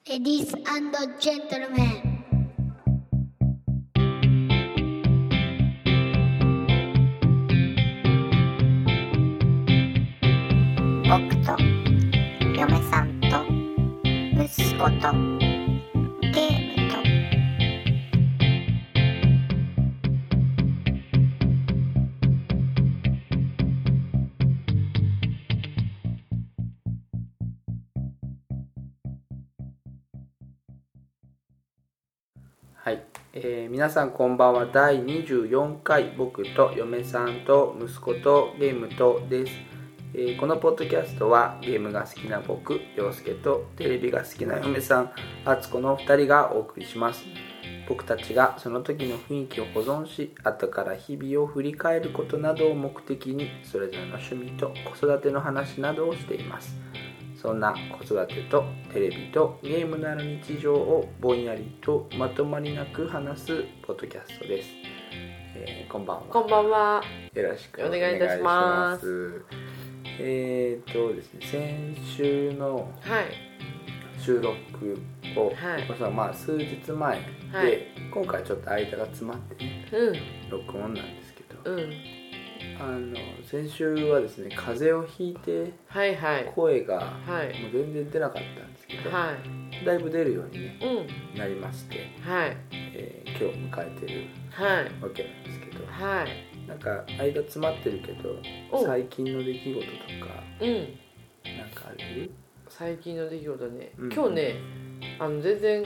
Ladies and gentlemen 僕と嫁さんと息子とゲームとはい、皆さんこんばんは。第24回僕と嫁さんと息子とゲームとです。このポッドキャストはゲームが好きな僕、陽介とテレビが好きな嫁さん、敦子の2人がお送りします。僕たちがその時の雰囲気を保存し、後から日々を振り返ることなどを目的に、それぞれの趣味と子育ての話などをしています。そんな子育てとテレビとゲームのある日常をぼんやりとまとまりなく話すポッドキャストです。こんばんは。 こんばんは。 よろしくお願いいたします。 ですね、先週の収録を、数日前で、今回ちょっと間が詰まってね、録音なんですけど、先週はですね、風邪をひいて、声がもう全然出なかったんですけど、だいぶ出るように、なりまして、今日迎えてるわけなんですけど、なんか間詰まってるけど最近の出来事とか、なんかある？ 最近の出来事ね、今日ね、全然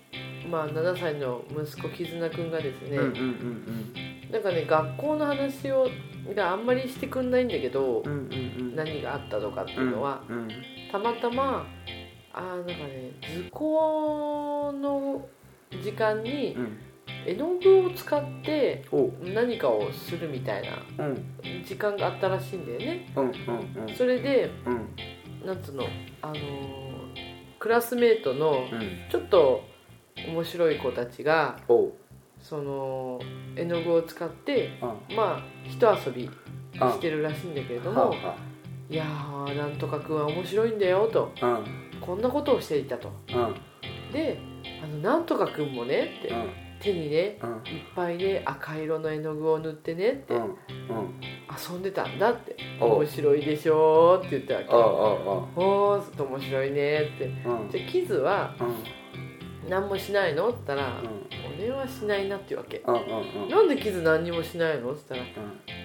7歳の息子絆くんがですね、なんかね、学校の話があんまりしてくんないんだけど、何があったとかっていうのは、たまたまなんかね、図工の時間に、絵の具を使って何かをするみたいな時間があったらしいんだよね。それで、なんつうの、クラスメートのちょっと面白い子たちがその絵の具を使って一遊びしてるらしいんだけれども、いやー、なんとかくんは面白いんだよと、こんなことをしていたと、で、なんとかくんもねって、手にね、いっぱいね赤色の絵の具を塗ってねって、遊んでたんだって、面白いでしょって言ったわけ。おー、と面白いねって、じゃあキズは何もしないのって言ったら、俺はしないなっていうわけ。なんでキズ何にもしないのって言ったら、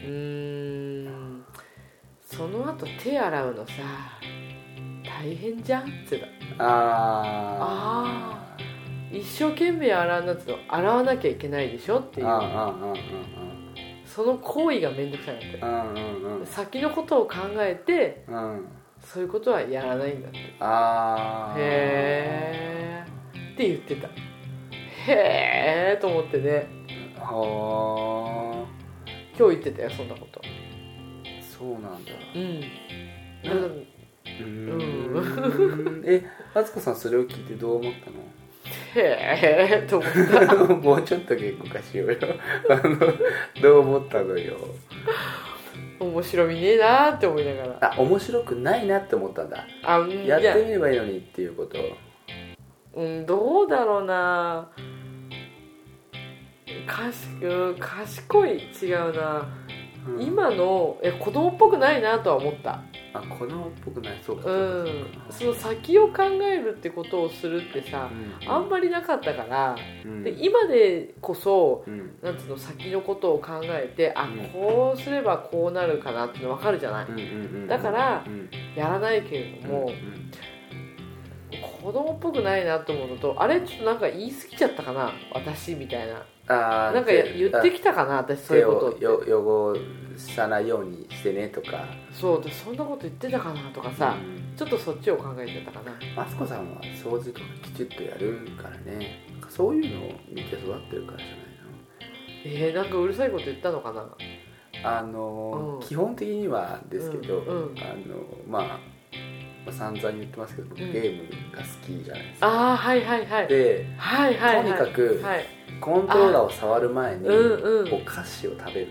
その後手洗うのさ大変じゃんって言ってた。一生懸命洗うなって洗わなきゃいけないでしょっていう、その行為がめんどくさいなって、先のことを考えて、そういうことはやらないんだって。へーって言ってた。へーと思ってね。今日言ってたよ、そんなこと。 そうなんだ。敦子さんそれを聞いてどう思ったの？ へーと思ったもうちょっと言語化しようよどう思ったのよ。 面白みねえなって思いながら。 面白くないなって思ったんだ。やってみればいいのにっていうこと。 どうだろうな。賢い、違うな、今の子供っぽくないなとは思った。 子供っぽくない。そうか、 その先を考えるってことをするってさ、あんまりなかったから、で今でこそ、なんつうの、先のことを考えて、こうすればこうなるかなって分かるじゃない。だからやらないけれども、子供っぽくないなと思うのと、あれちょっとなんか言い過ぎちゃったかな私みたいな。なんか言ってきたかな私、そういうことって。 手を汚さないようにしてねとか。 そうで、そんなこと言ってたかなとかさ、ちょっとそっちを考えてたかな。 マツコさんは掃除とかきちっとやるからね。そういうのを見て育ってるからじゃないの？ なんかうるさいこと言ったのかな。 基本的にはですけど、散々言ってますけど、僕ゲームが好きじゃないですか。で、とにかくコントローラーを触る前にお菓子を食べる。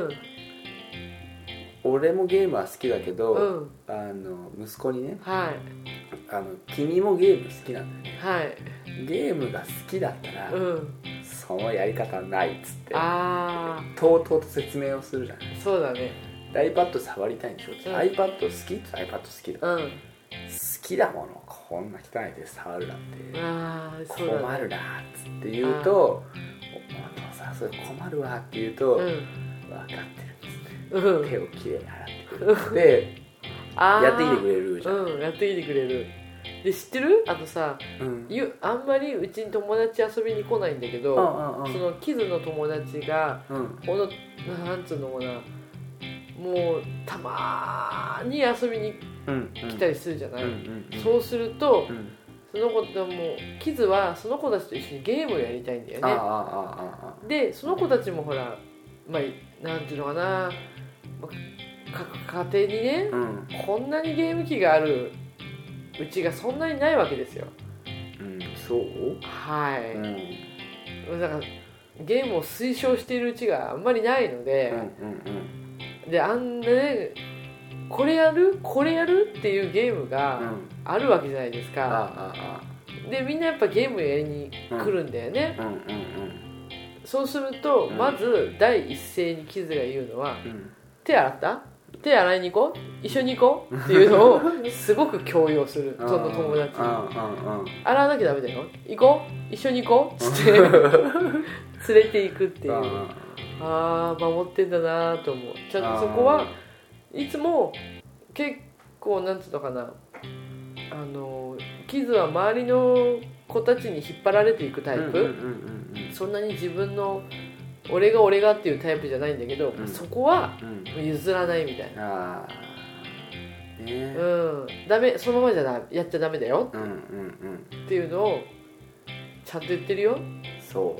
俺もゲームは好きだけど、息子にね、 君もゲーム好きなんだよね。 はい。 ゲームが好きだったら、そのやり方ないっつってとうとうと説明をするじゃない。 そうだね。 iPad 触りたいんでしょ、iPad 好きって iPad 好きだ、好きだものこんな汚いで触るなんて困るなっつって言うと、お父さんそれ困るわって言うと、分かってるっつって、手をきれいに洗ってくれてやってきてくれるじゃん。 やってきてくれる。で知ってる？あとさ、あんまりうちに友達遊びに来ないんだけど、そのキズの友達が、なんつうのかな、もうたまーに遊びに来たりするじゃない。そうすると、その子ともキズはその子たちと一緒にゲームをやりたいんだよね。でその子たちもほら、まあなんていうのかな、各家庭にね、こんなにゲーム機があるうちがそんなにないわけですよ。 そう？ はい。だからゲームを推奨しているうちがあんまりないので、であんなね、これやるっていうゲームがあるわけじゃないですか。でみんなやっぱゲームやりに来るんだよね。そうすると、まず第一声にキズが言うのは、手洗った？手洗いに行こう？一緒に行こう？っていうのをすごく強要する。その友達に洗わなきゃダメだよ、行こう？一緒に行こう？って連れて行くっていう。守ってんだなと思う。ちゃんとそこはいつも結構なんつうのかな、キズは周りの子たちに引っ張られていくタイプ。そんなに自分の俺がっていうタイプじゃないんだけど、そこは譲らないみたいな。ダメ、そのままじゃやっちゃダメだよっていうのをちゃんと言ってるよ。 そう。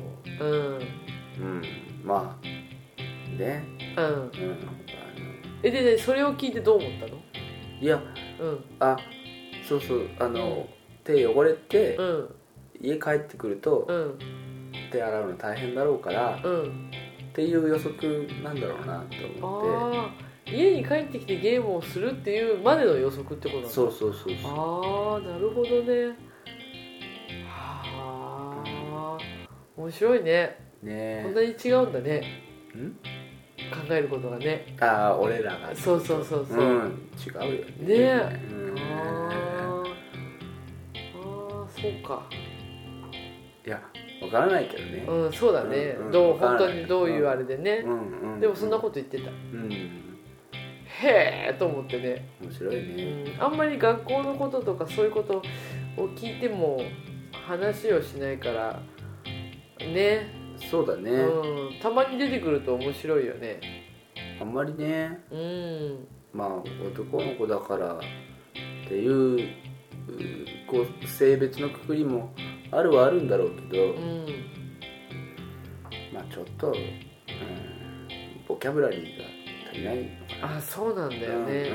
まあね。 でそれを聞いてどう思ったの？ いや、そう手汚れて、家帰ってくると、手洗うの大変だろうから、っていう予測なんだろうなと思って。 家に帰ってきてゲームをするっていうまでの予測ってことなんだ。 そう。 なるほどね。面白いね。こんなに違うんだね。考えることがね。 俺らが。 そう。違うよね。そうか。 いや、わからないけどね。 そうだね。本当にどういうあれでね。でもそんなこと言ってた。へーと思ってね。 面白いね。 あんまり学校のこととかそういうことを聞いても話をしないからね。 そうだね。 たまに出てくると面白いよね。 あんまりね。まあ男の子だからっていう性別のくくりもあるはあるんだろうけど、まあちょっと、ボキャブラリーが足りないのかな。 そうなんだよね。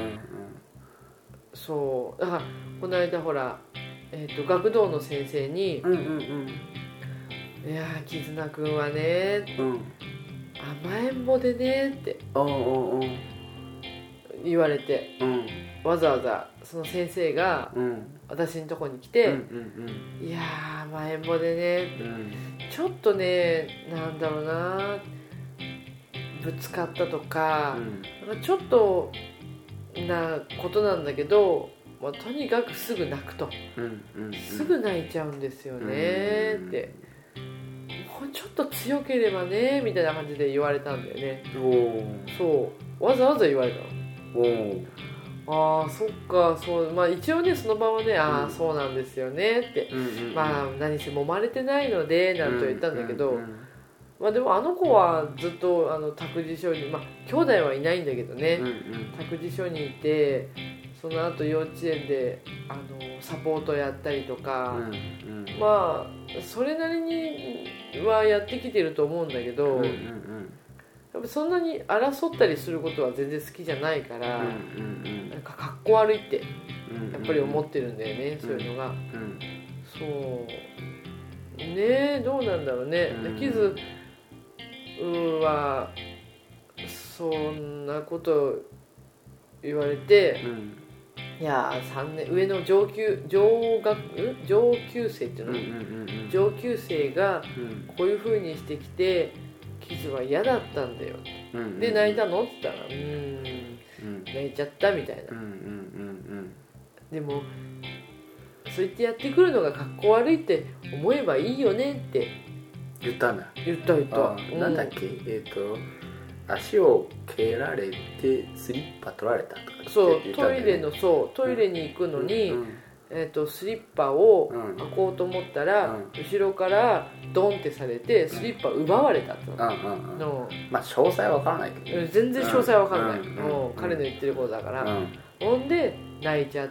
そうだからこの間ほら、学童の先生に、いや絆くんはね、甘えん坊でねって言われて、わざわざその先生が私のとこに来て、いや甘えん坊でね、ちょっとね、なんだろうな、ぶつかったとか、ちょっとなことなんだけど、とにかくすぐ泣くと、すぐ泣いちゃうんですよねって、もうちょっと強ければねみたいな感じで言われたんだよね。そうわざわざ言われたの。そっか、そう、一応ねその場はね、そうなんですよねって、何せ揉まれてないのでなんと言ったんだけど、でもあの子はずっと託児所に、兄弟はいないんだけどね、託児所にいて、その後幼稚園でサポートやったりとか、それなりにはやってきてると思うんだけど、やっぱそんなに争ったりすることは全然好きじゃないから、なんかかっこ悪いってやっぱり思ってるんだよね、そういうのが。そうね、どうなんだろうね。キズはそんなこと言われて、 いや3年上の上級生っていうの、上級生がこういう風にしてきてキズは嫌だったんだよ、で泣いたのって言ったら泣いちゃったみたいな、でもそう言ってやってくるのがかっこ悪いって思えばいいよねって言ったんだ。 言った、 なんだっけ、足を蹴られてスリッパ取られたとか言ってそう言ったんだよね。 トイレに行くのに、スリッパを開こうと思ったら、後ろからドンってされてスリッパ奪われたっての、 まあ詳細は分からないけど、 全然詳細は分からない、彼の言ってることだから、ほんで泣いちゃって、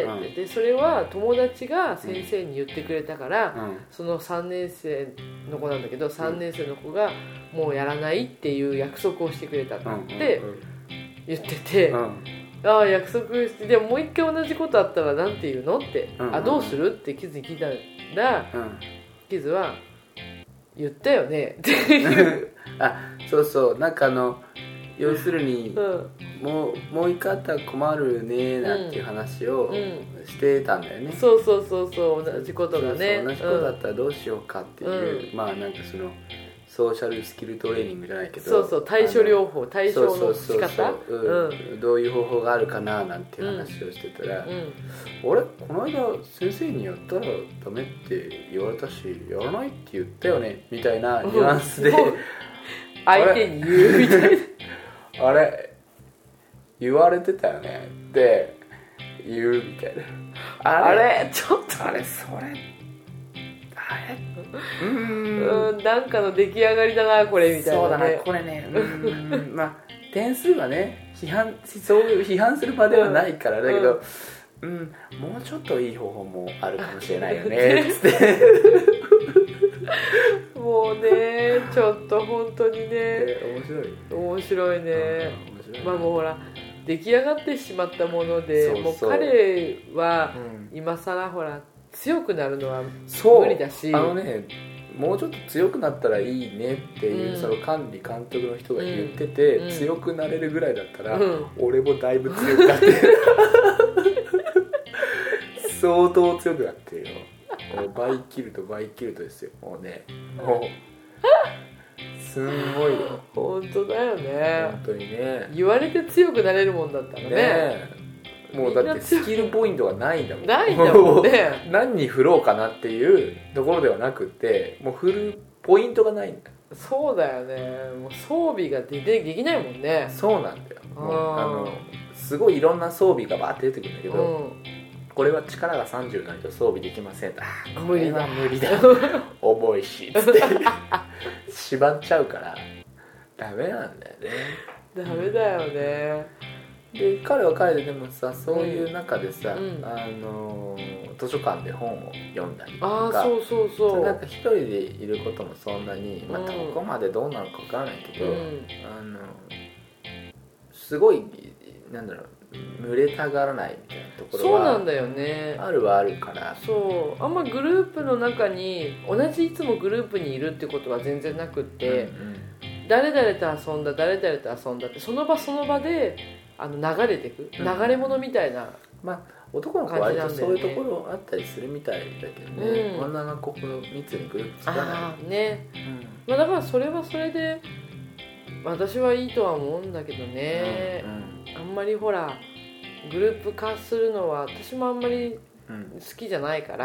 でそれは友達が先生に言ってくれたから、その3年生の子なんだけど、3年生の子がもうやらないっていう約束をしてくれたって言ってて、ああ約束して、でももう一回同じことあったらなんて言うのって、どうするってキズに聞いたら、キズは言ったよねっていうそうなんか要するに、もう一回あったら困るねなんていう話をしてたんだよね。 そう同じことがね、 同じことだったらどうしようかっていう、まあなんかそのソーシャルスキルトレーニングじゃないけど、 対処療法、対処の仕方、 どういう方法があるかななんていう話をしてたら、俺この間先生にやったらダメって言われたし、やらないって言ったよねみたいなニュアンスで相手に言うみたいなあれ言われてたよねって言うみたいな、 あれちょっとあれそれなんかの出来上がりだなこれみたいな、ね、 そうだなこれねまあ点数はねそういう批判する場ではないからだけど、もうちょっといい方法もあるかもしれないよねつってもうねちょっと本当にね、面白いね、まあもうほら出来上がってしまったもので、もう彼は今更ほら強くなるのは無理だし、 もうちょっと強くなったらいいねっていう、その管理監督の人が言ってて、強くなれるぐらいだったら、俺もだいぶ強くなってる相当強くなってるよ。もう倍切ると倍切るとですよ。もうね、もうすんごいよ。 本当だよね。 本当にね。 言われて強くなれるもんだったらね。 もうだってスキルポイントがないんだもん。 ないんだもんね。 何に振ろうかなっていうところではなくて、もう振るポイントがないんだ。 そうだよね。もう装備ができないもんね。 そうなんだよ。もうすごいいろんな装備がバーって出てくるんだけど、これは力が30ないと装備できません。無理だ重いしつって縛っちゃうからダメなんだよね。 ダメだよね。 で彼は彼ででもさ、そういう中でさ、図書館で本を読んだりとか、そうなんか一人でいることもそんなに、どこまでどうなのか分からないけど、すごいなんだろう、群れたがらないみたいなところはそうなんだよね。 あるはあるから、 そうあんまグループの中に同じいつもグループにいるってことは全然なくって、誰々と遊んだ誰々と遊んだってその場その場で流れていく、流れ物みたいな、 男の子は割とそういうところあったりするみたいだけどね、女の子ほど密にグループ作らないね、だからそれはそれで私はいいとは思うんだけどね、あんまりほらグループ化するのは私もあんまり好きじゃないから、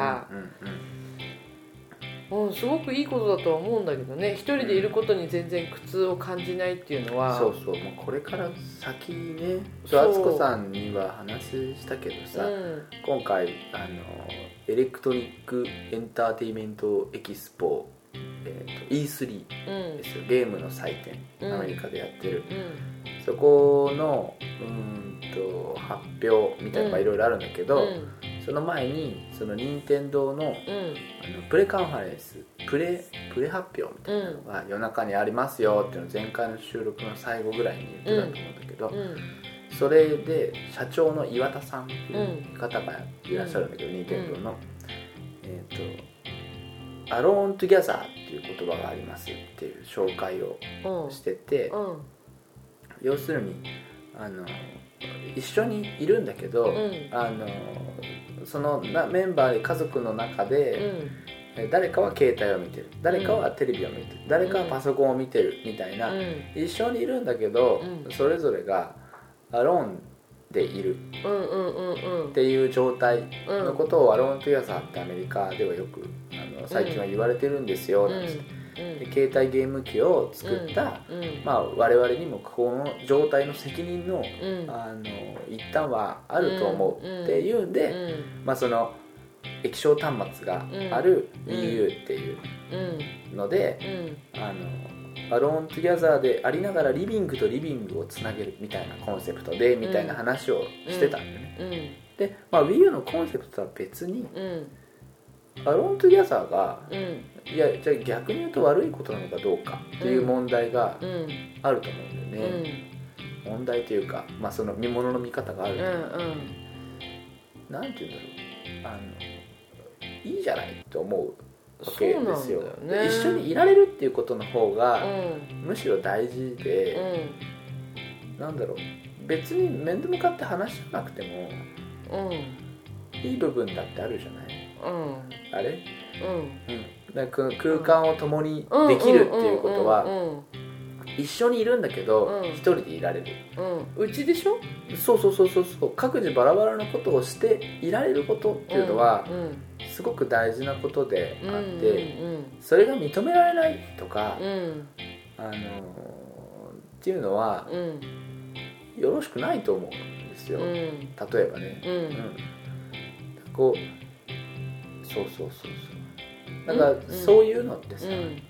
すごくいいことだとは思うんだけどね、一人でいることに全然苦痛を感じないっていうのは、 もうこれから先ね、敦子さんには話したけどさ、今回エレクトニックエンターテイメントエキスポ、E3 ですよ、ゲームの祭典、アメリカでやってる、そこの発表みたいなのがいろいろあるんだけど、その前にその任天堂の、プレカンファレンスプレ発表みたいなのが夜中にありますよっていうのを前回の収録の最後ぐらいに言ってたと思うんだけど、それで社長の岩田さんっていう方がいらっしゃるんだけど、任天堂のアローントゥギャザーっていう言葉がありますっていう紹介をしてて、要するに一緒にいるんだけど、そのメンバーで家族の中で、誰かは携帯を見てる、誰かはテレビを見てる、誰かはパソコンを見てるみたいな、一緒にいるんだけど、それぞれがアローンでいるっていう状態のことをアローントゥギャザーってアメリカではよく最近は言われてるんですよなんて、で携帯ゲーム機を作った、我々にもこの状態の責任の、一端はあると思うっていうんで、その液晶端末がある Wii U っていうので、アローントゥギャザーでありながらリビングとリビングをつなげるみたいなコンセプトでみたいな話をしてたんだよね。で、Wii U のコンセプトとは別に、アローントゥギャザーが、いやじゃあ逆に言うと悪いことなのかどうかっていう問題があると思うんだよね。問題というか、その見物の見方があると思う。なんていうんだろう、いいじゃないと思うわけですよ。で一緒にいられるっていうことの方が、むしろ大事で、なんだろう、別に面と向かって話しなくても、いい部分だってあるじゃない、あれ、なんか空間を共にできるっていうことは、一緒にいるんだけど一人でいられる、 うちでしょ。 そう各自バラバラなことをしていられることっていうのは、すごく大事なことであって、それが認められないとか、っていうのは、よろしくないと思うんですよ。例えばね、こうそうだからそういうのってさ、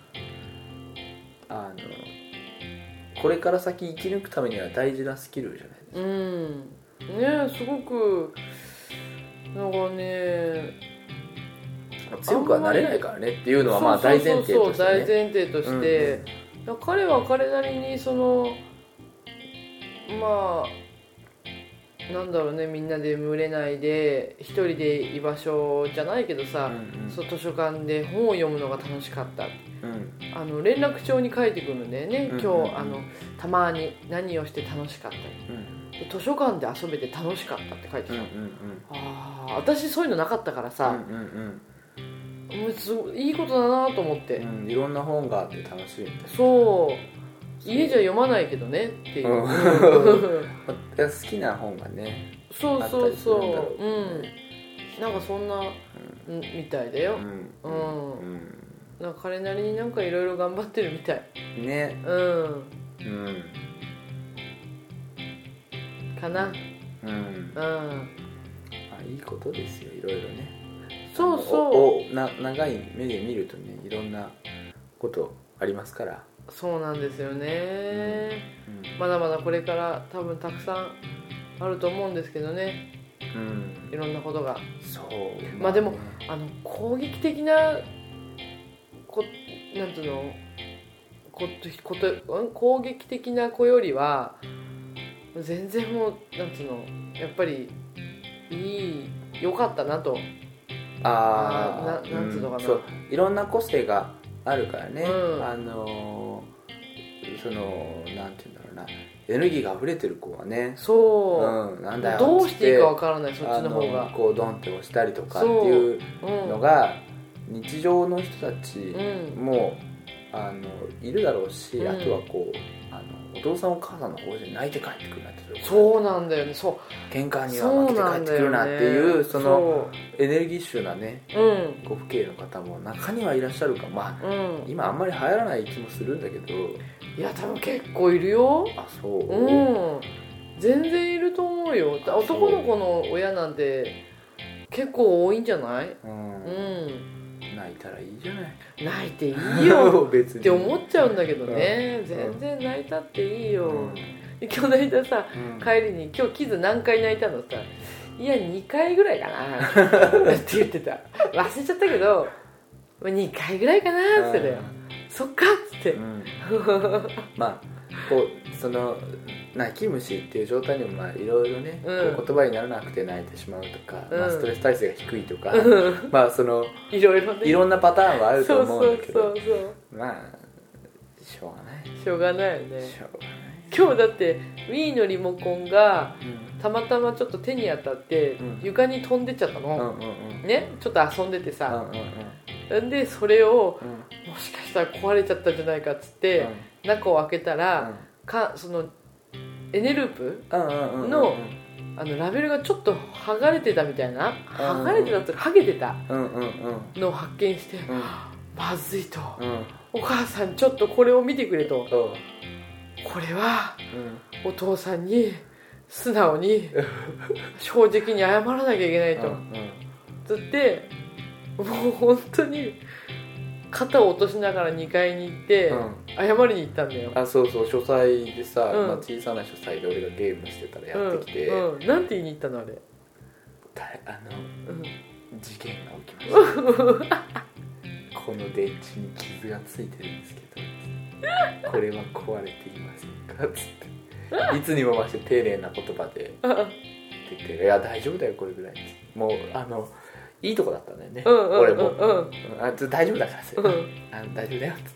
これから先生き抜くためには大事なスキルじゃないですか。 すごくなんかね、 強くはなれないからねっていうのは大前提として、 大前提として、彼は彼なりにそのなんだろうね、みんなで群れないで一人で居場所じゃないけどさ、そう図書館で本を読むのが楽しかった、連絡帳に書いてくるんだよね、今日たまに何をして楽しかった、で図書館で遊べて楽しかったって書いてた、私そういうのなかったからさ、もうすごいいいことだなと思って、 いろんな本があって楽しいんだ。 そう家じゃ読まないけどねっていう、 好きな本がね、 そうなんかそんな、みたいだよ。なんか彼なりになんかいろいろ頑張ってるみたいね。 かな。 いいことですよ、いろいろね。長い目で見るとね、いろんなことありますから。 そうなんですよね、まだまだこれから多分たくさんあると思うんですけどね、いろんなことが。そうでも攻撃的ななんていうの攻撃的な子よりは全然もうなんていうの、やっぱり良かったなと。なんていうのかな、 いろんな個性があるからね、そのなんていうんだろうな、エネルギーが溢れてる子はね、なんだよどうしていいかわからない、そっちの方がこうドンって押したりとかっていうのが、日常の人たちも、いるだろうし、あとはこうお父さんお母さんの方で泣いて帰ってくるなって、 そうなんだよね、 玄関には負けて帰ってくるなっていう、そのエネルギッシュなね、ご父兄の方も中にはいらっしゃるか、今あんまり流行らない気もするんだけど、 いや多分結構いるよ。全然いると思うよ。男の子の親なんて結構多いんじゃない？ 泣いたらいいじゃない。 泣いていいよ別にって思っちゃうんだけどね、全然泣いたっていいよ。今日泣いたさ、帰りに今日キズ何回泣いたのさ、いや2回ぐらいかなって言ってた。忘れちゃったけど2回ぐらいかなって言ってたよ。そっかっつって、 こうその泣き虫っていう状態にもいろいろね、こう言葉にならなくて泣いてしまうとか、ストレス耐性が低いとか、そのいろんなパターンはあると思うんだけど、しょうがないしょうがないよね。 しょうがない今日だって Wii のリモコンがたまたまちょっと手に当たって床に飛んでっちゃったの、ね、ちょっと遊んでてさ、でそれをもしかしたら壊れちゃったんじゃないかっつって中を開けたらそのエネループのラベルがちょっと剥がれてたみたいな、剥がれてたとか剥げてたのを発見して、まずいと、お母さんちょっとこれを見てくれと、これはお父さんに素直に正直に謝らなきゃいけないとつってもう本当に肩を落としながら2階に行って謝りに行ったんだよ。 そうそう、書斎でさ、小さな書斎で俺がゲームしてたらやってきて、 なんて言いに行ったのあれ。 事件が起きましたこの電池に傷がついてるんですけどこれは壊れていませんかつっていつにも増して丁寧な言葉で言ってて、いや大丈夫だよこれぐらい、もういいとこだったんだよね、俺も、大丈夫だからさ、大丈夫だよっつって、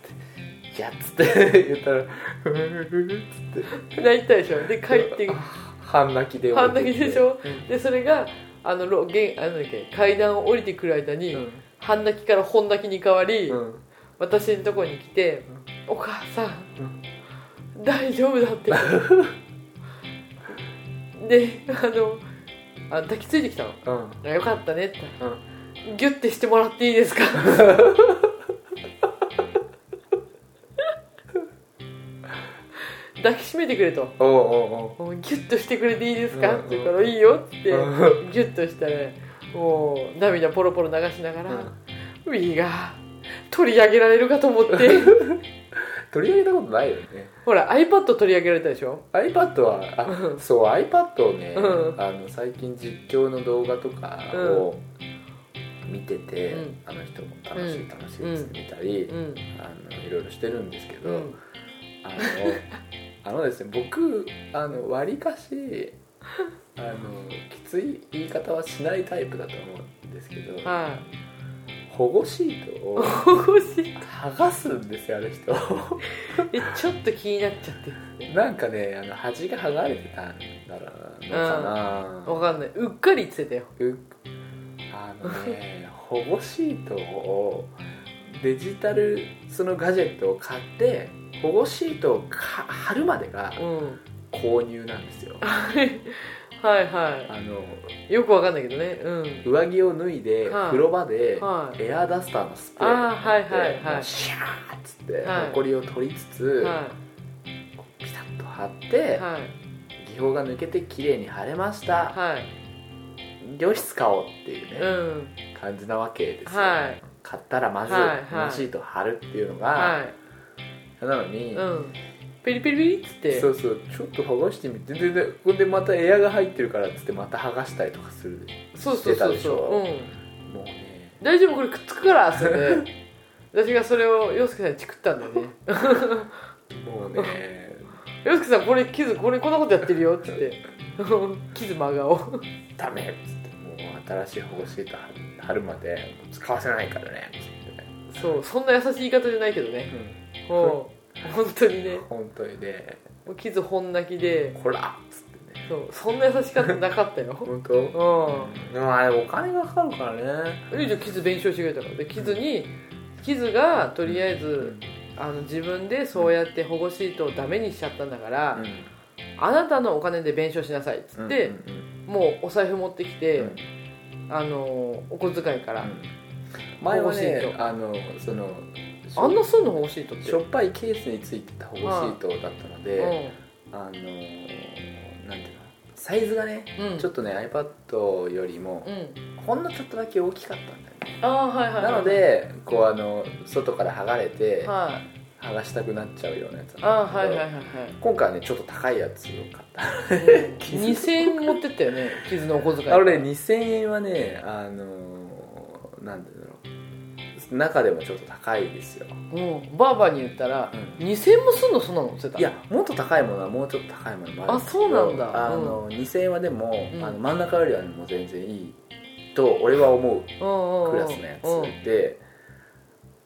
いやっつって言ったらつって泣いたでしょ。で帰って半泣きで半泣きでしょ、でそれが階段を降りてくる間に、半泣きから本泣きに変わり、私のところに来て、お母さん、大丈夫だってで抱きついてきたの、よかったねって、ギュッてしてもらっていいですか抱きしめてくれと、ギュッとしてくれていいですかって言うから、いいよってギュッとしたら、もう涙ポロポロ流しながら、Wii が取り上げられるかと思って取り上げたことないよね。 ほら iPad 取り上げられたでしょ。 iPad はそう iPad をね、最近実況の動画とかを見てて、あの人も楽しいって見たり、いろいろしてるんですけど、ですね、僕わりかしきつい言い方はしないタイプだと思うんですけど、保護シートを剥がすんですよ、あの人ちょっと気になっちゃって、 なんかね端が剥がれてたんだろうのかな、 分かんない、うっかり言ってたよ。 保護シートをデジタルそのガジェットを買って保護シートを貼るまでが購入なんですよはいはい、よくわかんないけどね、 上着を脱いで風呂場でエアダスターのスプレーでシャーッつって残りを取りつつピタッと貼って気泡が抜けてきれいに貼れました、よし使おうっていうね、感じなわけですよ、買ったらまず保護シートを貼るっていうのが、なのにペリペリペリっつって、 そうそう、ちょっと剥がしてみて、ででまたエアが入ってるからっつってまた剥がしたりとかする、してたでしょ。もうね、 大丈夫これくっつくからっつって私がそれを陽介さんにチクったんだよねもうね陽介さんこれ傷こんなことやってるよっつって傷真顔ダメっつって、もう新しい保護シート貼るまで使わせないからねっつって、 そう、そんな優しい言い方じゃないけどね、本当にね、 本当にね、 傷本泣きでこらっつってね、 そんな優しかったなかったよ本当？でもあれお金がかかるからね。 じゃあ傷弁償してくれたからで、傷がとりあえず自分でそうやって保護シートをダメにしちゃったんだから、あなたのお金で弁償しなさいっつって、もうお財布持ってきて、お小遣いから、 前はねそのあんなすんの保護シートってしょっぱいケースについてた保護シートだったので、なんていうの、サイズがね、ちょっとね iPad よりもほんのちょっとだけ大きかったんだよね。なのでこう外から剥がれて、剥がしたくなっちゃうようなやつなんだけど、今回はねちょっと高いやつを買った 2000円持ってったよね、傷のお小遣い。 2000円はねなんでだろう、中でもちょっと高いですよ。 バーバーに言ったら、2000円もすんの、そんなのって言ってた。 いや、もっと高いものはもうちょっと高いものもあるんですけど、 そうなんだ、 2000円はでも、真ん中よりはもう全然いいと俺は思うクラスのやつで、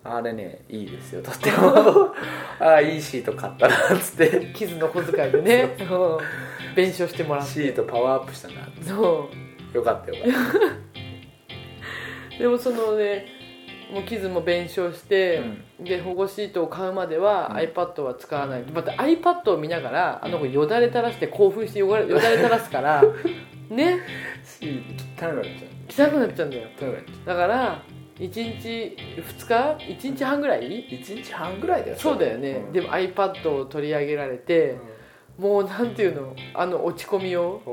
あれねいいですよとってもああいいシート買ったなっつってキズの小遣いでね弁償してもらってシートパワーアップしたなってそうよかったよかったでもそのねもうキズも弁償して、で保護シートを買うまでは iPad は使わない、また iPad を見ながらあの子よだれ垂らして興奮してよだれ垂らすからねシート汚くなっちゃう汚くなっちゃうんだよ。 汚くなっちゃだから1日2日1日半ぐらい、 1日半ぐらいだよそうだよね、でも iPad を取り上げられて、もうなんていうの落ち込みを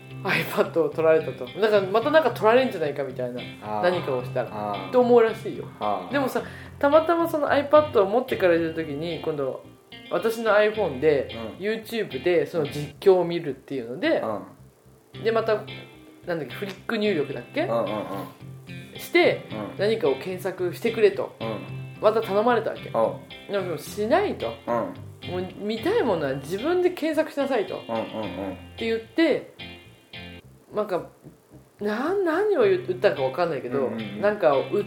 iPad を取られたと、だからまたなんか取られるんじゃないかみたいな、何かをしたらと思うらしいよ。でもさたまたまその iPad を持ってから出る時に今度私の iPhone で、YouTube でその実況を見るっていうので、でまたなんだっけフリック入力だっけ、して、何かを検索してくれと、また頼まれたわけ。でもしないと、もう見たいものは自分で検索しなさいと、って言ってなんか何を言ったか分かんないけど、なんかを打って、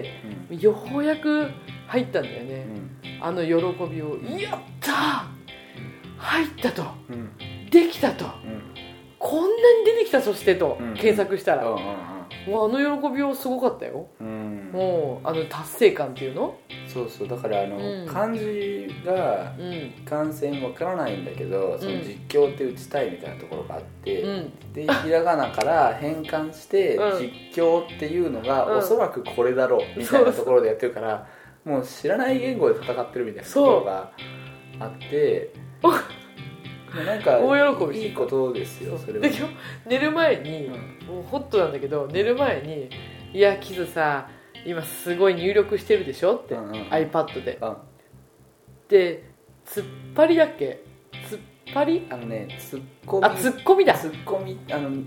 ようやく入ったんだよね、喜びをやったー入ったと、できたと、こんなに出てきたそしてと、検索したら、もう喜びをすごかったよ、もう達成感っていうの。 そうそうだから漢字がいかんせんわからないんだけど、その実況って打ちたいみたいなところがあって、でひらがなから変換して実況っていうのが、おそらくこれだろうみたいなところでやってるから、もう知らない言語で戦ってるみたいなところがあってなんか大喜びいいことですよそれは。 で今日寝る前に、もうホットなんだけど寝る前にいやキズさ今すごい入力してるでしょって、iPad で、で突っ張りだっけ突っ張りツッコミツッコミだツッコミ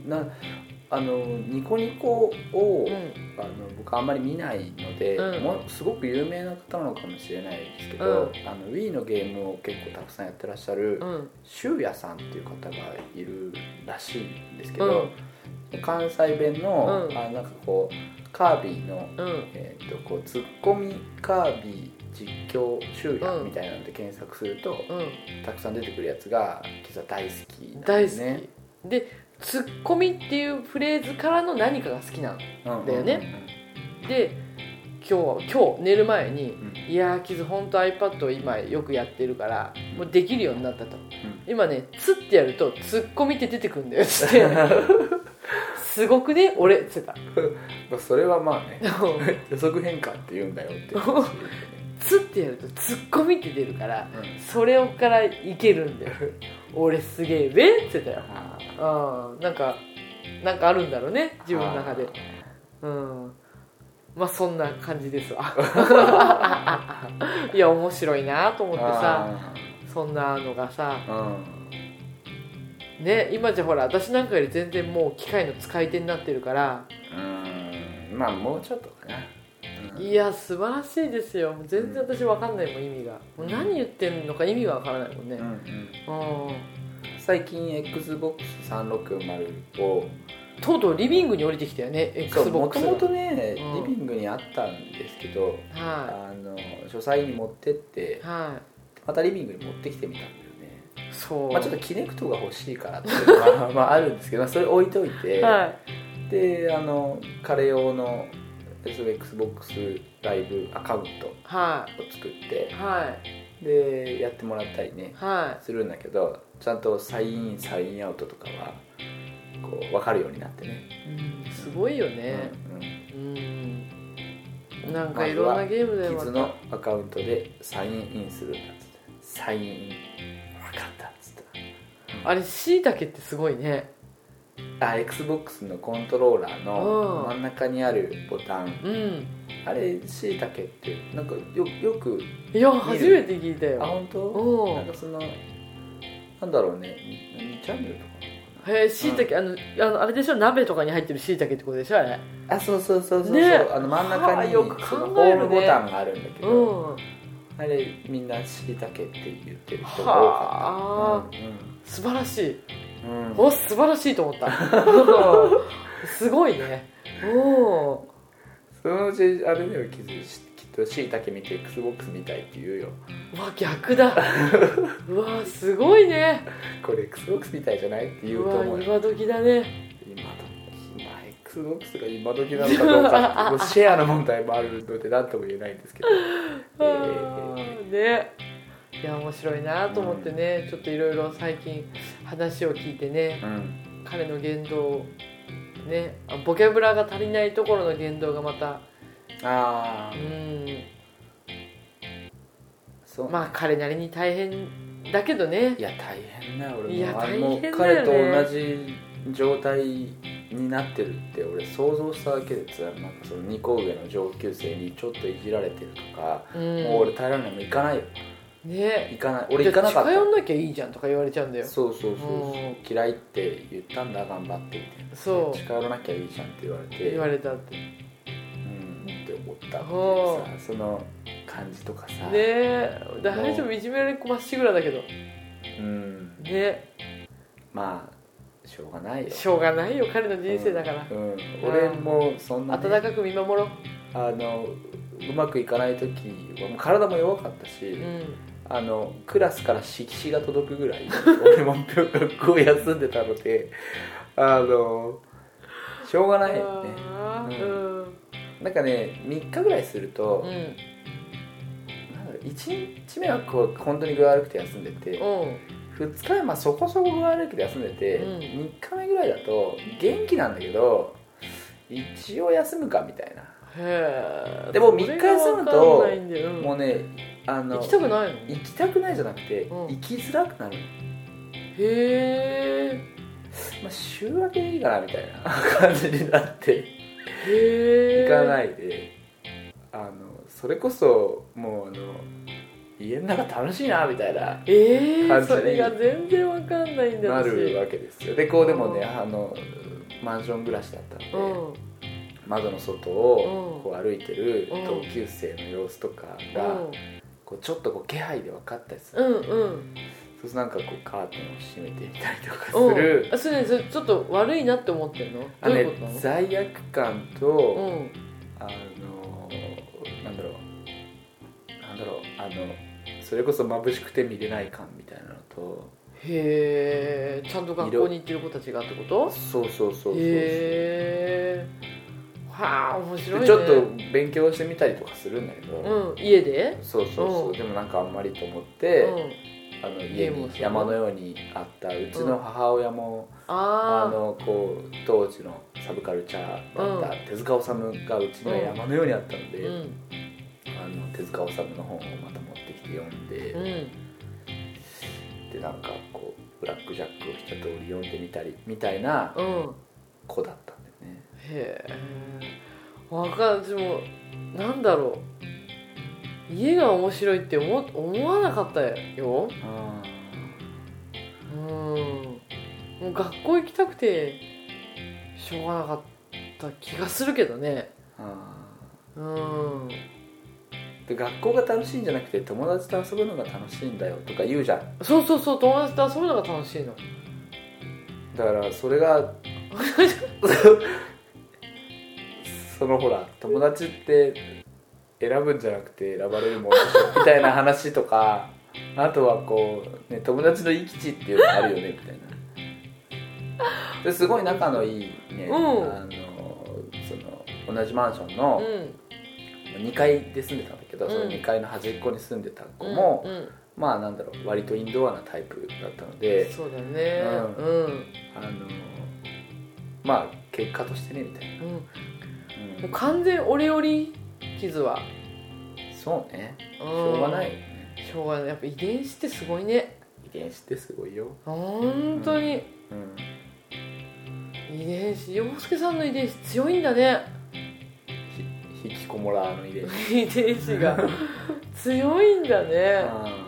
ニコニコを、僕あんまり見ないので、もうすごく有名な方なのかもしれないですけど、Wii のゲームを結構たくさんやってらっしゃる、シュウヤさんっていう方がいるらしいんですけど、関西弁の、なんかこうカービィの、こうツッコミカービィ実況集約みたいなので検索すると、たくさん出てくるやつが実は大好きなんですね。 でツッコミっていうフレーズからの何かが好きなんだよね。で今日寝る前に、いやーキズ本当 iPad を今よくやってるからもうできるようになったと、今ねツってやるとツッコミって出てくるんだよってすごくね俺って言ってたそれはまあね予測変換って言うんだよってツってやるとツッコミって出るから、それからいけるんだよ俺すげえべって言ってたよ。なんかあるんだろうね自分の中で。まあそんな感じですわいや面白いなと思ってさ、そんなのがさ、ね、今じゃほら私なんかより全然もう機械の使い手になってるから、 まあもうちょっとかな。 いや素晴らしいですよ。全然私分かんないもん意味が、もう何言ってんのか意味が分からないもんね。 最近 Xbox360 をとうとうリビングに降りてきたよね。 Xbox もともとね、リビングにあったんですけど、書斎に持ってって、またリビングに持ってきてみたんだよね。そう、ちょっとキネクトが欲しいからっていうのがあるんですけど、それ置いといて、で彼用のXbox ライブアカウントを作って、でやってもらったりね、するんだけど、ちゃんとサインインサインアウトとかはこう分かるようになってね、 すごいよね。なんかいろんなゲームでキズのアカウントでサインインするんだっつって、サインイン分かったっつって、 あれしいたけってすごいね。 Xbox のコントローラーの真ん中にあるボタン、あれしいたけってなんかよく、 いや初めて聞いたよ。 本当？なんかなんだろうね、2チャンネルとかしいたけ、あれでしょ、鍋とかに入ってるしいたけってことでしょあれ。 そう、 ね、 真ん中にそのホームボタンがあるんだけど、あれみんなしいたけって言ってる人が多かった。 素晴らしい。素晴らしいと思ったすごいね。 そのうちあれでは気としいたけ見て XBOX 見たいって言うよ。 うわ逆だうわすごいね。 これ XBOX みたいじゃないって言うと思うよ。 うわ今時だね。 XBOX が今時なのかどうかもうシェアの問題もあるので何とも言えないんですけどね、いや面白いなと思ってね、ちょっといろいろ最近話を聞いてね、彼の言動ね、ボキャブラが足りないところの言動がまたそうまあ彼なりに大変だけどね。 いや大変だよ。俺もいや大変だよね。 彼と同じ状態になってるって俺想像しただけでなんかその2個上の上級生にちょっといじられてるとか、もう俺耐えられない。もう行かないよね。行かない。俺行かなかった。 近寄んなきゃいいじゃんとか言われちゃうんだよ。 そう嫌いって言ったんだ頑張ってみたいな。そう近寄らなきゃいいじゃんって言われたってって思ったってさ、その感じとかさね。大丈夫、いじめられっ子まっしぐらだけどね。まあしょうがないよ。しょうがないよ、彼の人生だから。俺もそんな、ね、温かく見守ろう。うまくいかない時はもう体も弱かったし、クラスから色紙が届くぐらい俺も学校休んでたのでしょうがないよね。なんかね3日ぐらいすると、1日目はこう本当に具合悪くて休んでて、2日目はそこそこ具合悪くて休んでて、3日目ぐらいだと元気なんだけど一応休むかみたいな。でも3日休むともうね行きたくないの？行きたくないじゃなくて、行きづらくなるの。週明けでいいかなみたいな感じになって行かないで、それこそもう家の中楽しいなみたいな感じにそれが全然わかんないんだなるわけですよ。でこうでもねマンション暮らしだったので、窓の外をこう歩いてる同級生の様子とかがこうちょっとこう気配で分かったりする。そうするとなんかこうカーテンを閉めてみたりとかする。 それちょっと悪いなって思ってるの？どういうことなの？ 罪悪感となんだろうそれこそ眩しくて見れない感みたいなのと、 へえ、ちゃんと学校に行ってる子たちがってこと？そうへえ、はあ面白いね。 ちょっと勉強してみたりとかするんだけど、 家で？ そうでもなんかあんまりと思って、家に山のようにあったうちの母親も、こう当時のサブカルチャーだった手塚治虫がうちの山のようにあったので、手塚治虫の本をまた持ってきて読んで、でなんかこうブラックジャックを一通り読んでみたりみたいな子だったんだよね。 へえ、私もなんだろう、家が面白いって思わなかったよ。もう学校行きたくてしょうがなかった気がするけどね。 で学校が楽しいんじゃなくて友達と遊ぶのが楽しいんだよとか言うじゃん。 そう友達と遊ぶのが楽しいの。 だからそれがそのほら友達って選ぶんじゃなくて選ばれるものでしょみたいな話とか、あとはこう、ね、友達の閾値っていうのがあるよねみたいな。ですごい仲のいいね、その同じマンションの2階で住んでたんだけど、その2階の端っこに住んでた子も、まあなんだろう、割とインドアなタイプだったので、 そうだね、 まあ結果としてねみたいな、 もう完全オレオリ傷はそうね、しょうがないよね。 しょうがない。やっぱ遺伝子ってすごいね。 遺伝子ってすごいよ本当に、遺伝子、洋介さんの遺伝子強いんだね。 引きこもらの遺伝子遺伝子が強いんだね。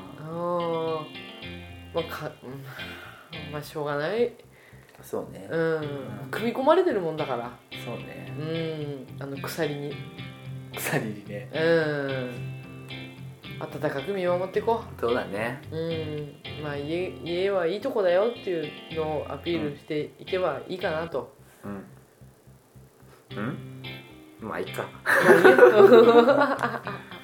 まあしょうがない。 そうね、 組み込まれてるもんだから。 そうね、 鎖にね、温かく見守っていこう。そうだね。 まあ家はいいとこだよっていうのをアピールしていけばいいかなと。 まあいいか。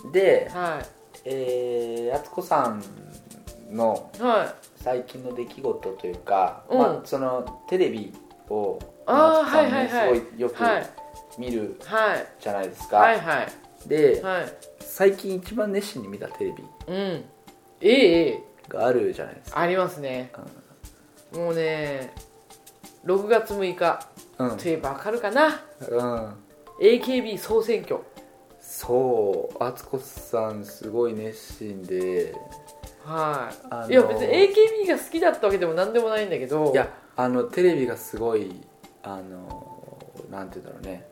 で、 は敦子さんのいは最近の出来事というか、 うんまあ、そのテレビをあー夏さんねはいはいはいすごいよくはい見るはいじゃないですか、 はいはいで、 はい最近一番熱心に見たテレビうんええがあるじゃないですか。 ありますね、もうね6月6日うんといえばわかるかな、 うん、 AKB 総選挙。 そう敦子さんすごい熱心で、 はいいや別に AKB が好きだったわけでもなんでもないんだけど、 いやテレビがすごいなんて言うんだろうね、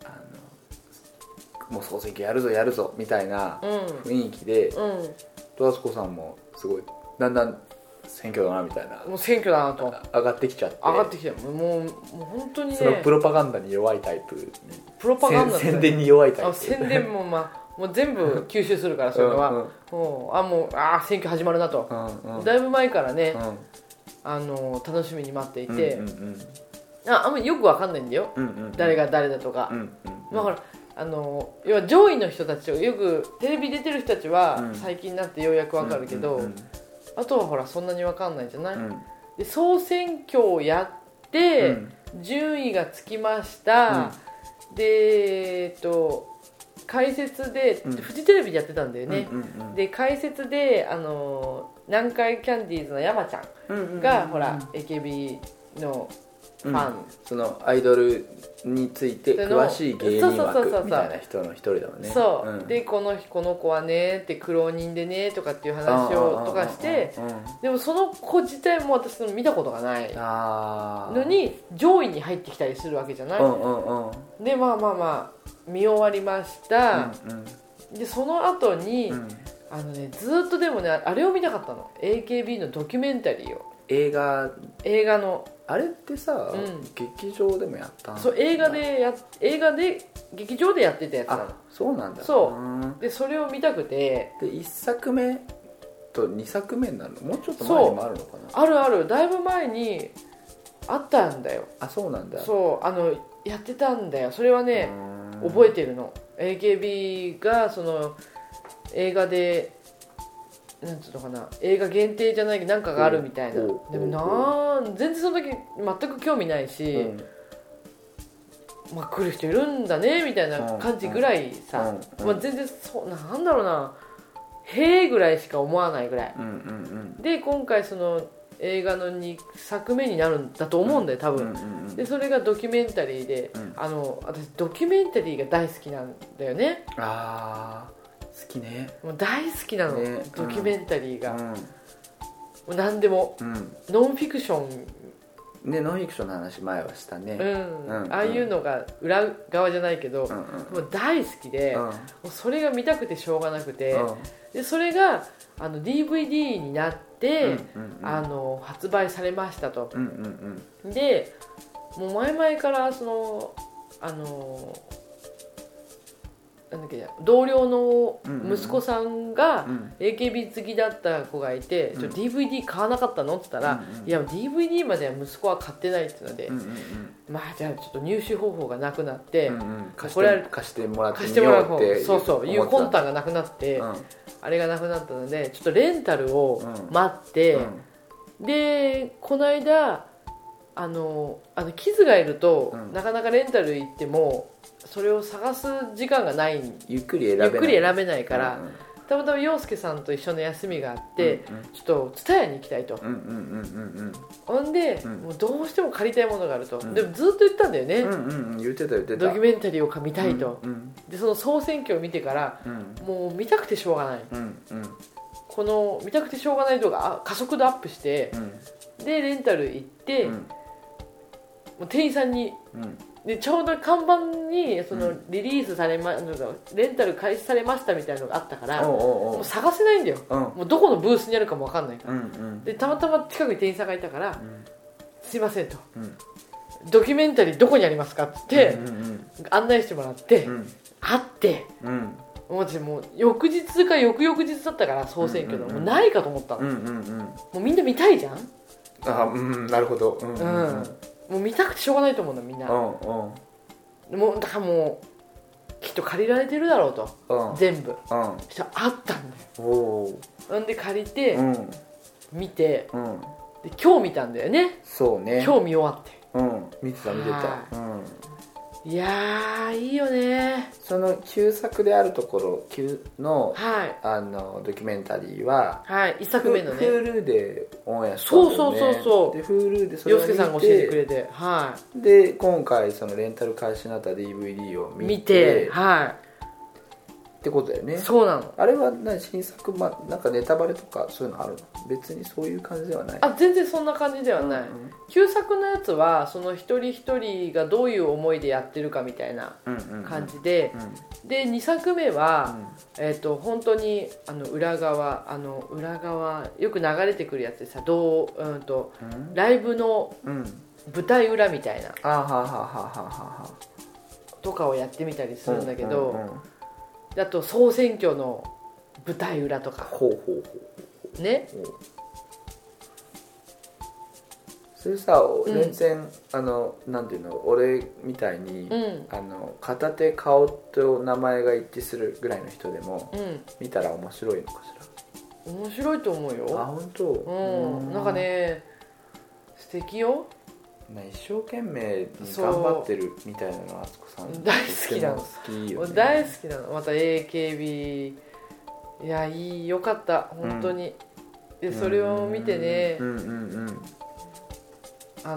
もう総選挙やるぞやるぞみたいな雰囲気で、 うん敦子さんもすごいだんだん選挙だなみたいなもう選挙だなと上がってきちゃって上がってきてもう本当にねそのプロパガンダに弱いタイプにプロパガンダって宣伝に弱いタイプ宣伝ももう全部吸収するからそれはもう選挙始まるなと、だいぶ前からね、楽しみに待っていて、あんまりよくわかんないんだよ、誰が誰だとか、だから要は上位の人たちをよくテレビ出てる人たちは最近になってようやくわかるけど、あとはほらそんなにわかんないじゃない、で総選挙をやって、順位がつきました、で解説で、フジテレビでやってたんだよね、で解説で南海キャンディーズの山ちゃんが、ほら AKB のファン、 そのアイドルについて詳しい芸人枠みたいな人の一人だもんね。 そう、でこの子はねって苦労人でねとかっていう話をとかして、でもその子自体も私見たことがないのに上位に入ってきたりするわけじゃない、でまあ見終わりました、でその後に、ずっとでもねあれを見たかったの、 AKB のドキュメンタリーを、映画のあれってさ、劇場でもやったんだ。 そう映画で劇場でやってたやつなの。 そうなんだ。 そうでそれを見たくて、で 1作目と2作目になるの、もうちょっと前にもあるのかな。 あるだいぶ前にあったんだよ。 そうなんだ。 そうやってたんだよ。それはね覚えてるの。 AKB がその映画でなんつうのかな、映画限定じゃないけどなんかがあるみたいな、でも全然その時全く興味ないし、来る人いるんだねみたいな感じぐらいさ、全然なんだろうな、へえぐらいしか思わないぐらい、で今回その映画の2作目になるんだと思うんだよ多分、でそれがドキュメンタリーで、私ドキュメンタリーが大好きなんだよね。好きね、もう大好きなの、ドキュメンタリーが、もう何でも、ノンフィクションね、ノンフィクションの話前はしたね、 ああいうのが裏側じゃないけど、もう大好きで、もうそれが見たくてしょうがなくて、でそれがDVD になって、発売されましたと、でもう前々からそのなんだっけ、同僚の息子さんが AKB 好きだった子がいて、DVD 買わなかったのって言ったら、いや DVD までは息子は買ってないっていうので、じゃあちょっと入手方法がなくなって、これは貸してもらってみようっていう魂胆がなくなって、あれがなくなったのでちょっとレンタルを待って、でこの間キズがいると、なかなかレンタル行ってもそれを探す時間がない、 ゆっくり選べないから、たまたま陽介さんと一緒の休みがあって、ちょっとTSUTAYAに行きたいと、ほんで、もうどうしても借りたいものがあると、でもずっと言ったんだよね、 言ってたドキュメンタリーを見たいと、でその総選挙を見てから、もう見たくてしょうがない、この見たくてしょうがない動画加速度アップして、でレンタル行って、もう店員さんに、でちょうど看板にそのリリースされレンタル開始されましたみたいなのがあったから、もう探せないんだよ、もうどこのブースにあるかも分かんないから、でたまたま近くに店員さんがいたから「すいません」と、ドキュメンタリーどこにありますか?」って案内してもらって、会って、私もう翌日か翌々日だったから総選挙の、もうないかと思ったの、もうみんな見たいじゃん。 なるほど、 もう見たくてしょうがないと思うのみんな、もうだからもう来っと借りられてるだろうと、 うん、 全部、 うん、 そしたらあったんだよ。 おー、 んで借りて、 うん、 見て、 うん、 で今日見たんだよね。 そうね、 今日見終わって、 うん、見てた、 はいうん、 いやーいいよね。 その旧作であるところ旧の、 はい、 ドキュメンタリーは、 はい、1作目のね Hulu でオンエアしたんだよね。 そうで Hulu でそれを見て、 洋介さんが教えてくれて、はで今回そのレンタル開始になった DVD をい、 見て見て、はってことだよね。 い、そうなの。 あれは新作、なんかネタバレとかそういうのあるの？別にそういう感じではない。 あ、全然そんな感じではない、 うんうん、 旧作のやつはその一人一人がどういう思いでやってるかみたいな感じで、で2作目は、本当に裏側よく流れてくるやつでさ、ライブの舞台裏みたいなとかをやってみたりするんだけど、あと総選挙の舞台裏とかね。 それさ、全然なんていうの、俺みたいに、片手顔と名前が一致するぐらいの人でも、見たら面白いのかしら。面白いと思うよ。 あ、本当。 なんかね、素敵よ。 一生懸命に頑張ってるみたいなのはあつこさん大好きなの。 好きよね。 大好きなの。また AKB、いや、よかった本当に。でそれを見てね、大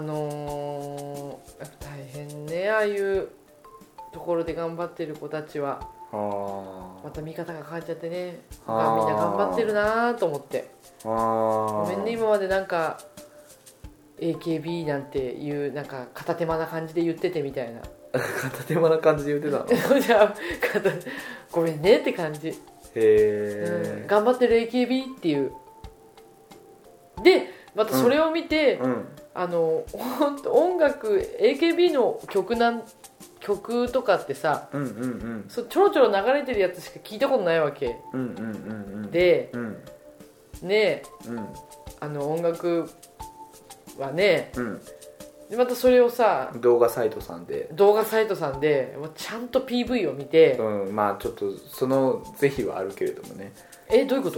変ね、ああいうところで頑張ってる子たちは。また見方が変わっちゃってね、みんな頑張ってるなと思って。ごめんね、今までなんか AKB なんていうなんか片手間な感じで言っててみたいな片手間な感じで言ってたのじゃあごめんねって感じ。頑張ってる AKB っていう。でまたそれを見て、本当音楽 AKB の曲とかってさ、ちょろちょろ流れてるやつしか聞いたことないわけ、で、ね、音楽はね、でまたそれをさ動画サイトさんでちゃんと PV を見て、 まあちょっとその是非はあるけれどもね。 どういうこと？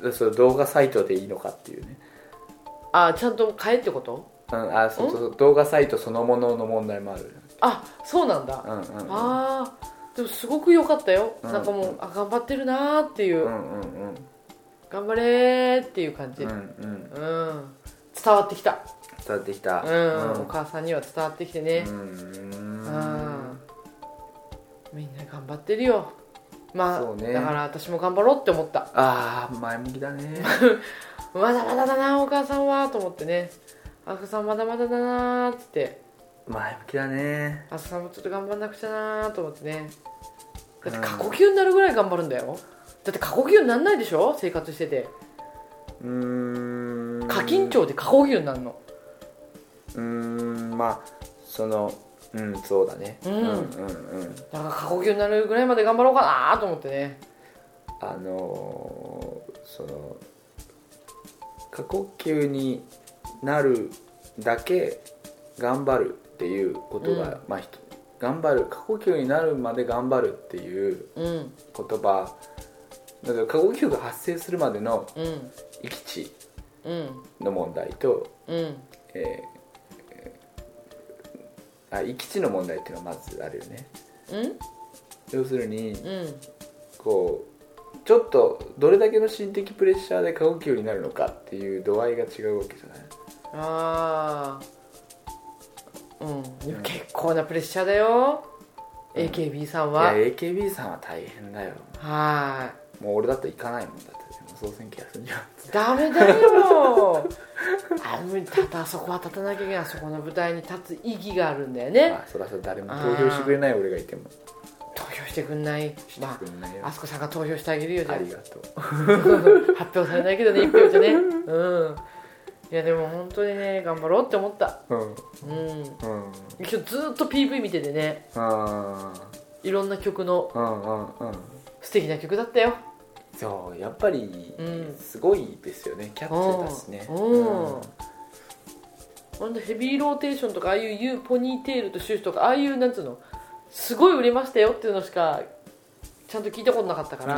それ動画サイトでいいのかっていうね。 ちゃんと買えってこと？ そう動画サイトそのものの問題もある。 そうなんだ。でもすごく良かったよ。なんかもう頑張ってるなーっていう、頑張れーっていう感じ。伝わってきた。お母さんには伝わってきてね。みんな頑張ってるよ。そうね、だから私も頑張ろうって思った。 前向きだねまだまだだなお母さんはと思ってね。あすこさんまだまだだなーって前向きだね。 あすこさんもちょっと頑張んなくちゃなーと思ってね。だって過呼吸になるぐらい頑張るんだよ。だって過呼吸になんないでしょ、生活してて。過緊張で過呼吸になるの。 そうだね。 だから過呼吸になるぐらいまで頑張ろうかなと思ってね。 過呼吸になるだけ頑張るっていうことが、頑張る、過呼吸になるまで頑張るっていう言葉、だから過呼吸が発生するまでの閾値の問題と、閾値の問題っていうのはまずあるよね。要するに、こうちょっとどれだけの心的プレッシャーで過呼吸になるのかっていう度合いが違うわけじゃない。 結構なプレッシャーだよ、AKB さんは。 いや AKB さんは大変だよ。もう俺だったら行かないもん。だって総選挙休んじゃう。 ダメだよあそこは立たなきゃいけない。あそこの舞台に立つ意義があるんだよね。 そりゃ誰も投票してくれない俺がいても投票してくんない。あすこさんが投票してあげるよ。 ありがとう発表されないけどね、1票じゃね。いやでも本当にね、頑張ろうって思った。今日ずっと PV 見ててね、いろんな曲の素敵な曲だったよ。 そうやっぱりすごいですよね、キャッチーだしね。 ヘビーローテーションとか、ああいうポニーテールとシューズとか、ああいうなんつうのすごい売れましたよっていうのしかちゃんと聞いたことなかったから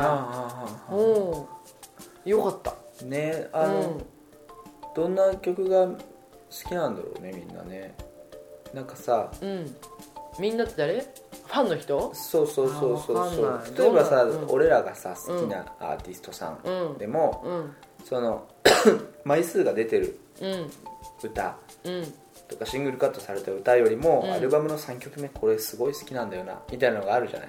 よかったね。どんな曲が好きなんだろうね、みんなね。なんかさ、 みんなって誰？ファンの人？ そう例えばさ、俺らがさ好きなアーティストさんでも、その枚数が出てる歌とかシングルカットされた歌よりも、アルバムの3曲目これすごい好きなんだよなみたいなのがあるじゃない。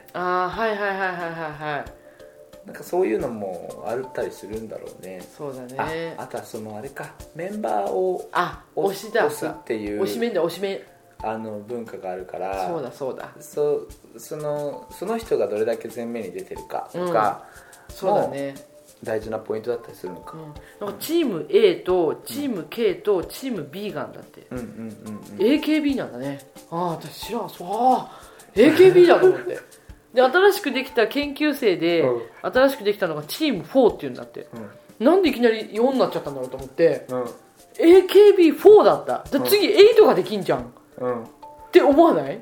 なんかそういうのもあったりするんだろうね。 そうだね。 あとはそのあれか、メンバーを推しだ、 推すっていう推しメンだ、推しメン文化があるから、 そうだその人がどれだけ前面に出てるかとか、 そうだね、 大事なポイントだったりするのか。 なんかチーム A とチーム K とチーム B があんだって。AKB なんだね。私知らん。AKB だと思ってで新しくできた研究生で、新しくできたのがチーム4っていうんだって、なんでいきなり4になっちゃったんだろうと思って、AKB4 だった。次8ができんじゃん、って思わない？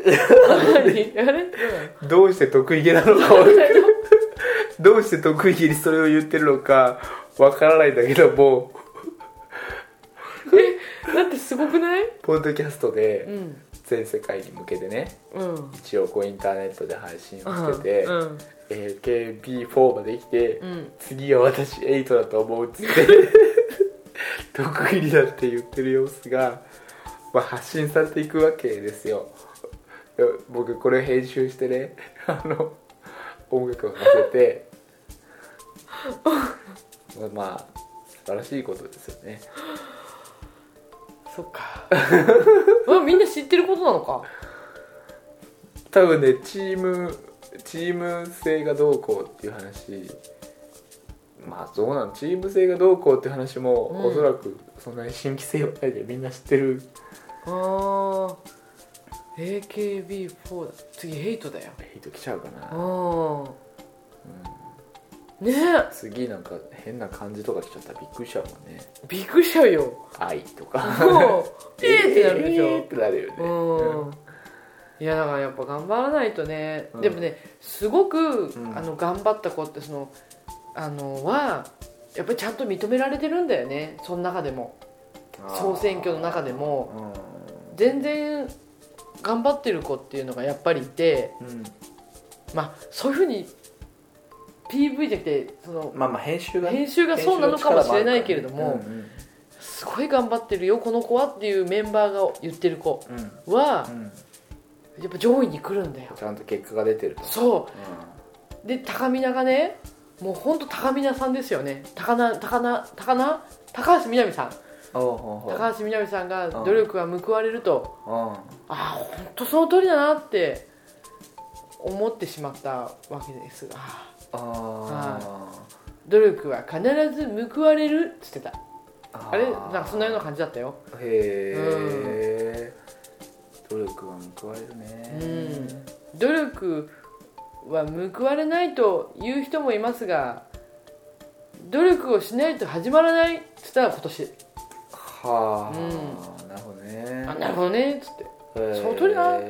どうして得意げなのか分かるどうして得意げにそれを言ってるのか分からないんだけどもだってすごくない？ ポッドキャストで全世界に向けてね、一応こうインターネットで配信をしてて、AKB4 まで来て、次は私8だと思うっつって得意だって言ってる様子が、発信されていくわけですよ。僕これ編集してね、音楽を乗せて素晴らしいことですよね。 そっかみんな知ってることなのか。 多分ね、チーム性がどうこうっていう話、そうなの、チーム性がどうこうっていう話も、おそらくそんなに新規性はないでみんな知ってる。 AKB4 だ。次8だよ。 8来ちゃうかな。 ねえ、 次なんか変な漢字とか来ちゃったらびっくりしちゃうもんね。 びっくりしちゃうよ。 愛とかってなるでしょ。 ってなるよね。 いやだからやっぱ頑張らないとね。でもね、すごく頑張った子ってはやっぱりちゃんと認められてるんだよね。その中でも総選挙の中でも全然頑張ってる子っていうのがやっぱりいて、そういう風に PV じゃなくて編集がそうなのかもしれないけれども、すごい頑張ってるよこの子はっていうメンバーが言ってる子は、やっぱ上位に来るんだよ。 ちゃんと結果が出てると。 そう、で高見菜がね、もうほんと高見菜さんですよね。高橋みなみさん、高橋みなみさんが努力は報われると、本当その通りだなって思ってしまったわけですが、努力は必ず報われるって言ってた。あれなんかそんなような感じだったよ。 努力は報われるね。 努力は報われないという人もいますが、努力をしないと始まらないって言ったら今年。 なるほどね。 なるほどねっつって、その通りだ。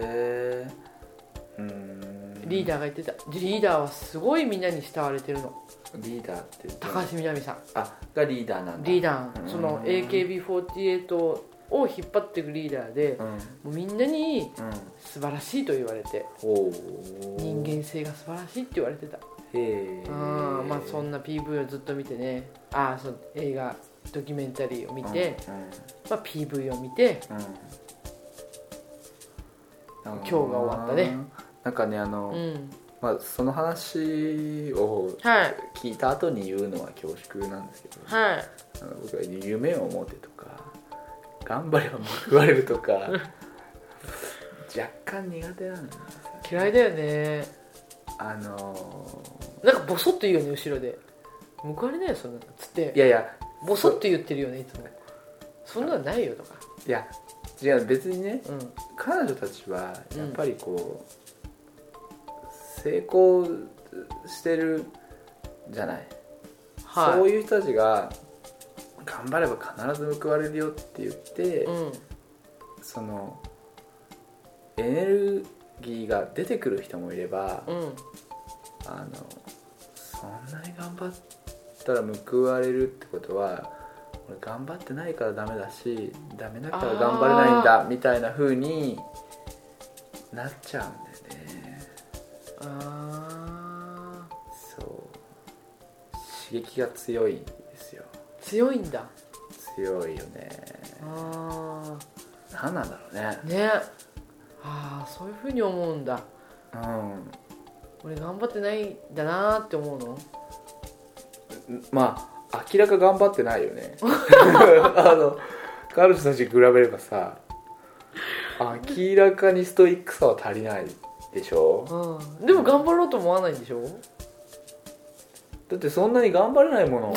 リーダーが言ってた。リーダーはすごいみんなに慕われてるの。 リーダーって高橋みなみさんがリーダーなんだ。 リーダー、その AKB48 を引っ張っていくリーダーで、もうみんなに素晴らしいと言われて、人間性が素晴らしいって言われてた。そんな PV をずっと見てね、その映画ドキュメンタリーを見て、PV を見て、今日が終わったね。 なんかね、その話を聞いた後に言うのは恐縮なんですけど、僕は夢を持てとか頑張れば報われるとか若干苦手なんですよ。 嫌いだよね。なんかボソッと言うよね、後ろで報われないよそんなのつって。 いやボソッと言ってるよねいつも。そんなのないよとか。 いや違う、別にね、彼女たちはやっぱりこう、成功してるじゃない、そういう人たちが頑張れば必ず報われるよって言って、そのエネルギーが出てくる人もいれば、 そんなに頑張ったら報われるってことは俺頑張ってないからダメだしダメだから頑張れないんだみたいな風になっちゃうんだよね。そう刺激が強いんですよ。 強いんだ。 強いよね。何なんだろうね。 ね。そういう風に思うんだ。俺頑張ってないんだなって思うの。 まあ明らか頑張ってないよね彼女たちに比べればさ明らかにストイックさは足りないでしょ、 でも頑張ろうと思わないんでしょ。 だってそんなに頑張れないもの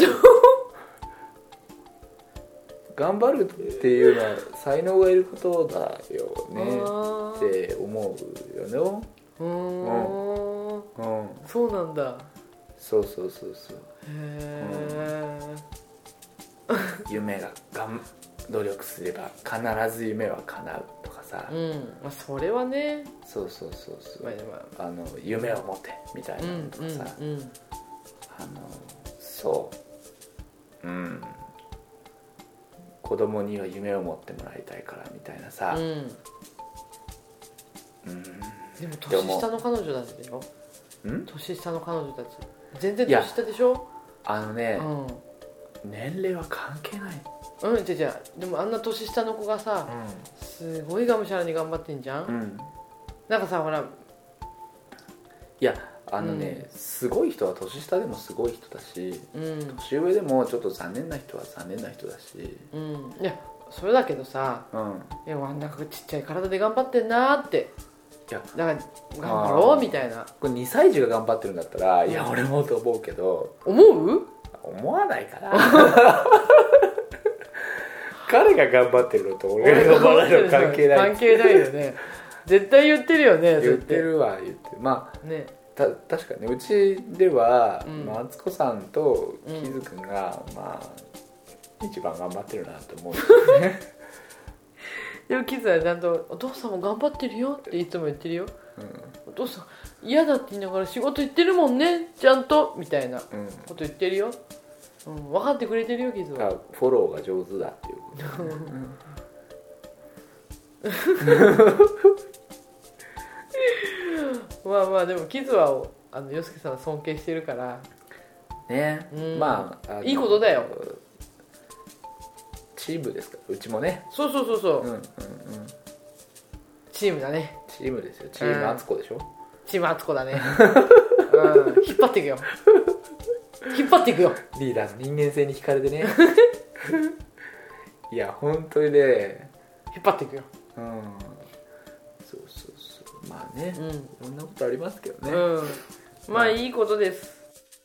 頑張るっていうのは才能がいることだよねって思うよね。 そうなんだ。 そう夢が努力すれば必ず夢は叶うとかさ、 それはね。 そう夢を持てみたいなのとかさ、子供には夢を持ってもらいたいからみたいなさ、 でも年下の彼女たちだよ。年下の彼女たち全然年下でしょ。 年齢は関係ない。 でもあんな年下の子がさ、すごいがむしゃらに頑張ってんじゃん、なんかさほらいやすごい人は年下でもすごい人だし、年上でもちょっと残念な人は残念な人だし、 いやそれだけどさ、いやなんかちっちゃい体で頑張ってんなーって、だから頑張ろうみたいな。 これ2歳児が頑張ってるんだったらいや俺もと思うけど、 思わないかな彼が頑張ってるのと俺が頑張るの関係ない関係ないよね絶対言ってるよね。 言ってる。まあね、確かにうちではマツコさんとキズくんが、一番頑張ってるなと思うねでもキズはちゃんとお父さんも頑張ってるよっていつも言ってるよ、お父さん嫌だって言いながら仕事行ってるもんねちゃんとみたいなこと言ってるよ、分かってくれてるよキズは。 フォローが上手だっていうことでもキズはヨスケさんは尊敬してるからね、 いいことだよ。 チームですからうちもね。 そう、チームだね。 チームですよ。チームあつこでしょ。 チームあつこだね引っ張っていくよリーダーの人間性に惹かれてねいや本当にね引っ張っていくよ。 そうまあね、いろんなことありますけどね、 いいことです。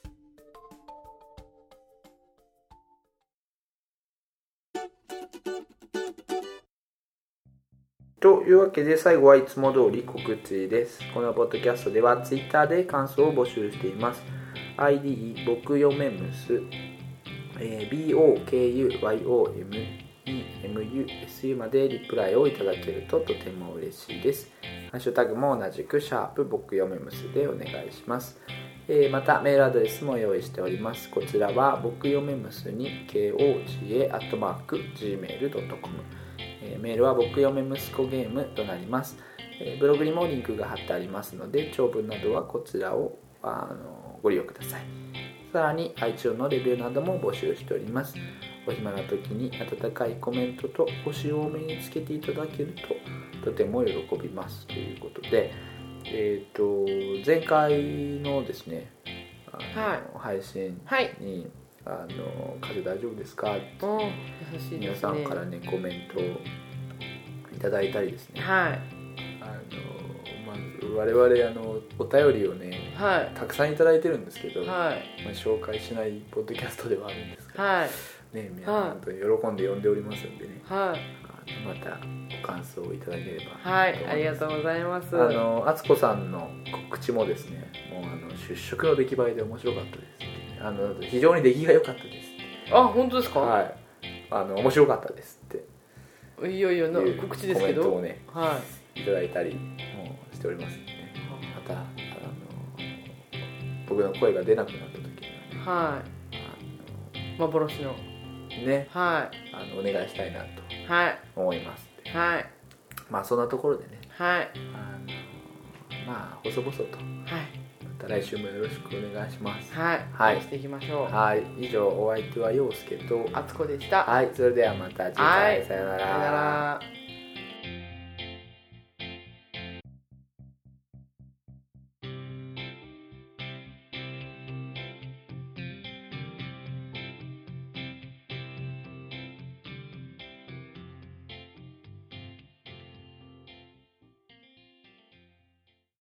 というわけで最後はいつも通り告知です。このポッドキャストでは Twitter で感想を募集しています。 ID 僕よめむす、BOKUYOMEMUSU までリプライをいただけるととても嬉しいです。ハッシュタグも同じく僕よめむすでお願いします。またメールアドレスも用意しております。こちらは僕よめむすに KOGA@gmail.com、メールは僕よめ息子ゲームとなります。ブログにもリンクが貼ってありますので長文などはこちらをご利用ください。さらに iTunes のレビューなども募集しております。お暇な時に温かいコメントと星を多めにつけていただけるととても喜びますということで、前回のですね配信に、風邪大丈夫ですかって優しいですね。 皆さんからねコメントをいただいたりですね、我々お便りをね、たくさんいただいてるんですけど、紹介しないポッドキャストではあるんですけど、皆さん本当に喜んで読んでおりますんでね、またご感想をいただければ。 ありがとうございます。 あつこさんの告知もですね、もう出色の出来栄えで面白かったですって、非常に出来が良かったですって。 本当ですか。 面白かったですっていよいよ告知ですけどコメントをね、いただいたりもしておりますので、また僕の声が出なくなった時には幻のね、 はいお願いしたいなとはい思いますって、 はいまあそんなところでね、 はいまあ細々と、 はいまた来週もよろしくお願いします。 はいしていきましょう。 はい、以上お相手は陽介とあつこでした。 はい、それではまた次回、さよなら。 さよなら。